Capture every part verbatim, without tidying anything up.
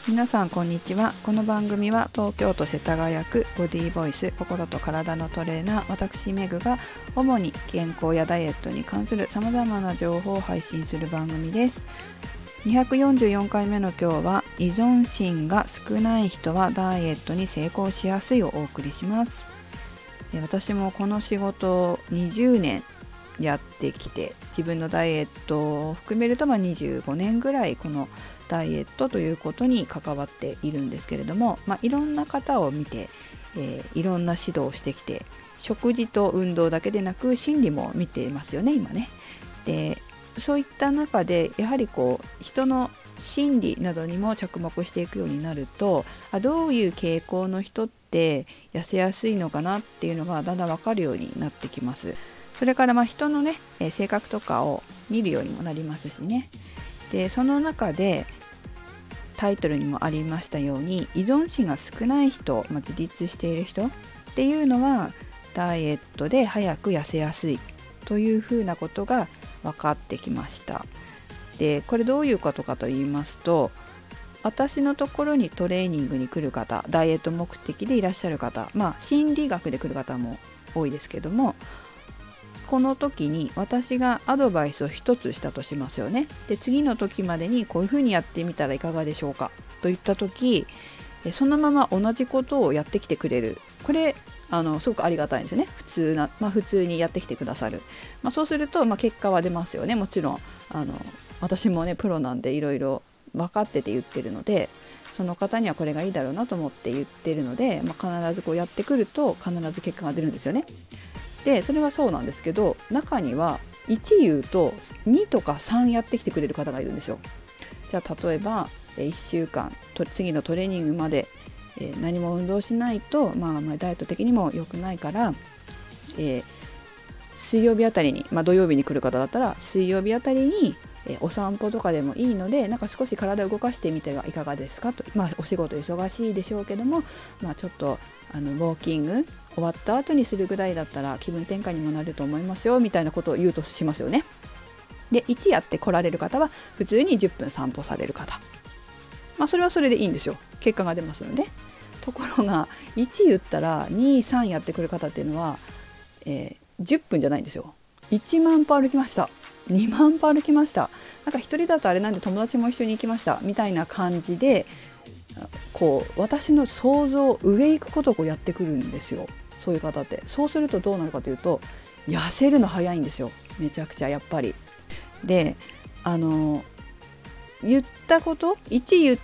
皆さんこんにちは。この番組は東京都世田谷区ボディーボイス心と体のトレーナー私メグが主に健康やダイエットに関するさまざまな情報を配信する番組です。にひゃくよんじゅうよんかいめの今日は依存心が少ない人はダイエットに成功しやすいをお送りします。私もこの仕事をにじゅうねんやってきて、自分のダイエットを含めるとまあにじゅうごねんぐらいこのダイエットということに関わっているんですけれども、まあ、いろんな方を見て、えー、いろんな指導をしてきて、食事と運動だけでなく心理も見ていますよね今ね。でそういった中でやはりこう人の心理などにも着目していくようになると、あどういう傾向の人って痩せやすいのかなっていうのがだんだん分かるようになってきます。それからまあ人のね性格とかを見るようにもなりますしね。でその中でタイトルにもありましたように、依存心が少ない人、まあ、自立している人っていうのはダイエットで早く痩せやすいというふうなことが分かってきました。でこれどういうことかと言いますと、私のところにトレーニングに来る方、ダイエット目的でいらっしゃる方、まあ心理学で来る方も多いですけども、この時に私がアドバイスを一つしたとしますよね。で次の時までにこういうふうにやってみたらいかがでしょうかといった時、そのまま同じことをやってきてくれる、これあのすごくありがたいんですよね。普通な、まあ、普通にやってきてくださる、まあ、そうすると、まあ、結果は出ますよね。もちろんあの私もねプロなんでいろいろ分かってて言ってるので、その方にはこれがいいだろうなと思って言ってるので、まあ、必ずこうやってくると必ず結果が出るんですよね。でそれはそうなんですけど、中にはいち言うとにとかさんやってきてくれる方がいるんですよ。じゃあ例えばいっしゅうかんと次のトレーニングまで、えー、何も運動しないと、まあ、まあダイエット的にも良くないから、えー、水曜日あたりに、まあ、土曜日に来る方だったら水曜日あたりに、えー、お散歩とかでもいいので、なんか少し体を動かしてみてはいかがですかと、まあ、お仕事忙しいでしょうけども、まあ、ちょっとあのウォーキング終わった後にするぐらいだったら気分転換にもなると思いますよみたいなことを言うとしますよね。でいちやって来られる方は普通にじゅっぷん散歩される方、まあ、それはそれでいいんですよ。結果が出ますので。ところがいち言ったらに、さんやってくる方っていうのは、えー、じゅっぷんじゃないんですよ。いちまん歩歩きました、にまん歩歩きました、なんか一人だとあれなんで友達も一緒に行きましたみたいな感じで、こう私の想像上行くことをこうやってくるんですよ。そういう方って。そうするとどうなるかというと、痩せるの早いんですよ、めちゃくちゃやっぱり。であの言ったこといち言って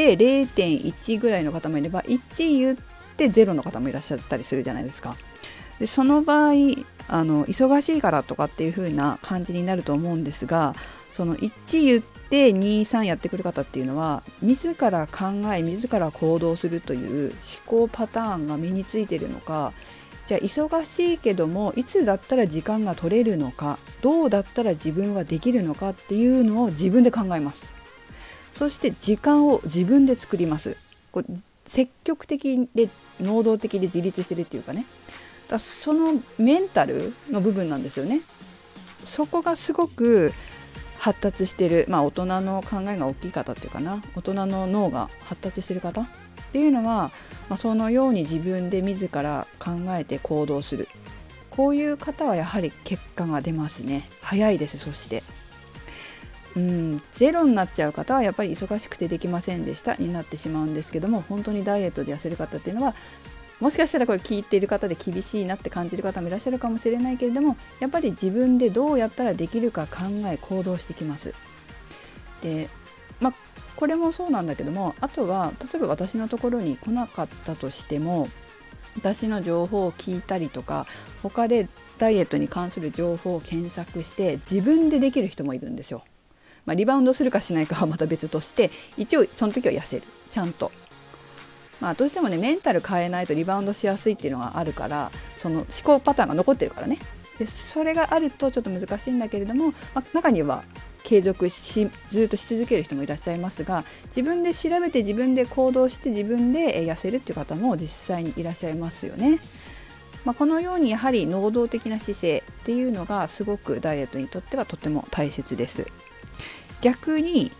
れいてんいち ぐらいの方もいれば、いち言ってゼロの方もいらっしゃったりするじゃないですか。でその場合あの忙しいからとかっていう風な感じになると思うんですが、そのいち言ってに、さんやってくる方っていうのは自ら考え自ら行動するという思考パターンが身についているのか、じゃあ忙しいけどもいつだったら時間が取れるのか、どうだったら自分はできるのかっていうのを自分で考えます。そして時間を自分で作ります。こう積極的で能動的で自立してるっていうかね、だそのメンタルの部分なんですよね。そこがすごく発達してる、まあ、大人の考えが大きい方っていうかな、大人の脳が発達してる方っていうのは、まあ、そのように自分で自ら考えて行動する、こういう方はやはり結果が出ますね。早いです。そしてうんゼロになっちゃう方はやっぱり忙しくてできませんでしたになってしまうんですけども、本当にダイエットで痩せる方っていうのはもしかしたらこれ聞いている方で厳しいなって感じる方もいらっしゃるかもしれないけれども、やっぱり自分でどうやったらできるか考え行動してきます。で、まあ、これもそうなんだけども、あとは例えば私のところに来なかったとしても、私の情報を聞いたりとか他でダイエットに関する情報を検索して自分でできる人もいるんですよ。まあ、リバウンドするかしないかはまた別として、一応その時は痩せる、ちゃんと。まあ、どうしてもねメンタル変えないとリバウンドしやすいっていうのがあるから、その思考パターンが残ってるからね。でそれがあるとちょっと難しいんだけれども、まあ、中には継続しずっとし続ける人もいらっしゃいますが、自分で調べて自分で行動して自分で痩せるっていう方も実際にいらっしゃいますよね。まあ、このようにやはり能動的な姿勢っていうのがすごくダイエットにとってはとても大切です。逆に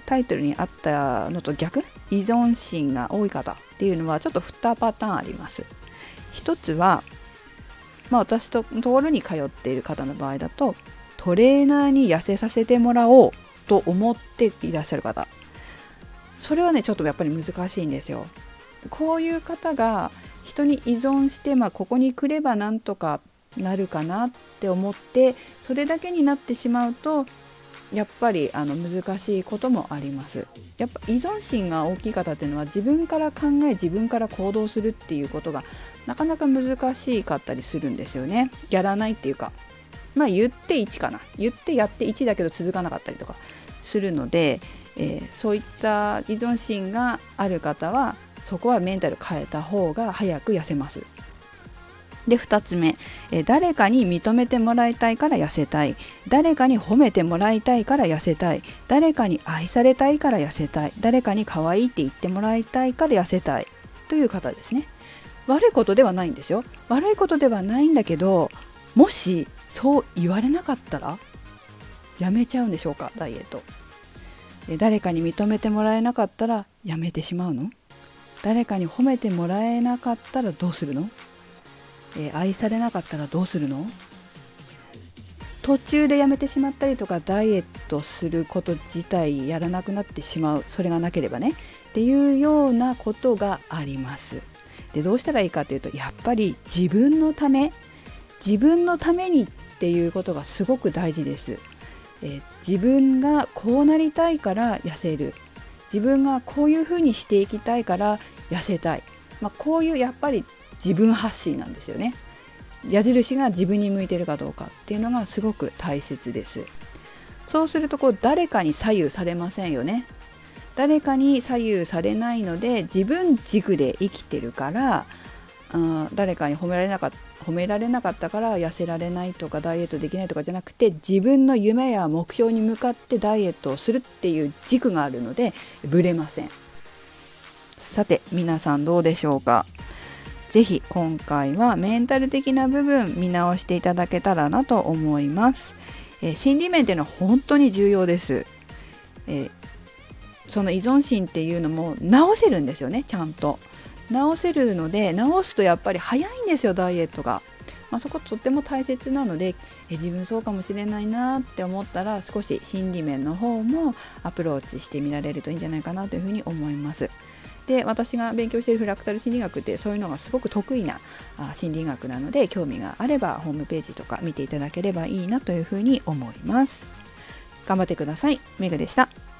タイトルにあったのと逆、依存心が多い方っていうのはちょっとにパターンあります。一つは、まあ、私とところに通っている方の場合だと、トレーナーに痩せさせてもらおうと思っていらっしゃる方、それはねちょっとやっぱり難しいんですよ。こういう方が人に依存して、まあ、ここに来ればなんとかなるかなって思ってそれだけになってしまうと、やっぱりあの難しいこともあります。やっぱ依存心が大きい方っていうのは自分から考え自分から行動するっていうことがなかなか難しかったりするんですよね。やらないっていうか、まあ言っていちかな、言ってやっていちだけど続かなかったりとかするので、えー、そういった依存心がある方はそこはメンタル変えた方が早く痩せます。でふたつめ、え誰かに認めてもらいたいから痩せたい、誰かに褒めてもらいたいから痩せたい、誰かに愛されたいから痩せたい、誰かに可愛いって言ってもらいたいから痩せたいという方ですね。悪いことではないんですよ。悪いことではないんだけど、もしそう言われなかったらやめちゃうんでしょうか、ダイエット。え誰かに認めてもらえなかったらやめてしまうの？誰かに褒めてもらえなかったらどうするの？えー、愛されなかったらどうするの？途中でやめてしまったりとか、ダイエットすること自体やらなくなってしまう、それがなければねっていうようなことがあります。でどうしたらいいかというと、やっぱり自分のため自分のためにっていうことがすごく大事です。えー、自分がこうなりたいから痩せる、自分がこういうふうにしていきたいから痩せたい、まあ、こういうやっぱり自分発信なんですよね。矢印が自分に向いているかどうかっていうのがすごく大切です。そうするとこう誰かに左右されませんよね。誰かに左右されないので自分軸で生きてるから、うん、誰かに褒められなかった褒められなかったから痩せられないとかダイエットできないとかじゃなくて、自分の夢や目標に向かってダイエットをするっていう軸があるのでぶれません。さて皆さんどうでしょうか。ぜひ今回はメンタル的な部分見直していただけたらなと思います。えー、心理面っていうのは本当に重要です。えー、その依存心っていうのも治せるんですよね。ちゃんと治せるので、治すとやっぱり早いんですよ、ダイエットが。まあ、そことっても大切なので、え自分そうかもしれないなって思ったら少し心理面の方もアプローチしてみられるといいんじゃないかなというふうに思います。で私が勉強しているフラクタル心理学ってそういうのがすごく得意なあ心理学なので、興味があればホームページとか見ていただければいいなというふうに思います。頑張ってください。めぐでした。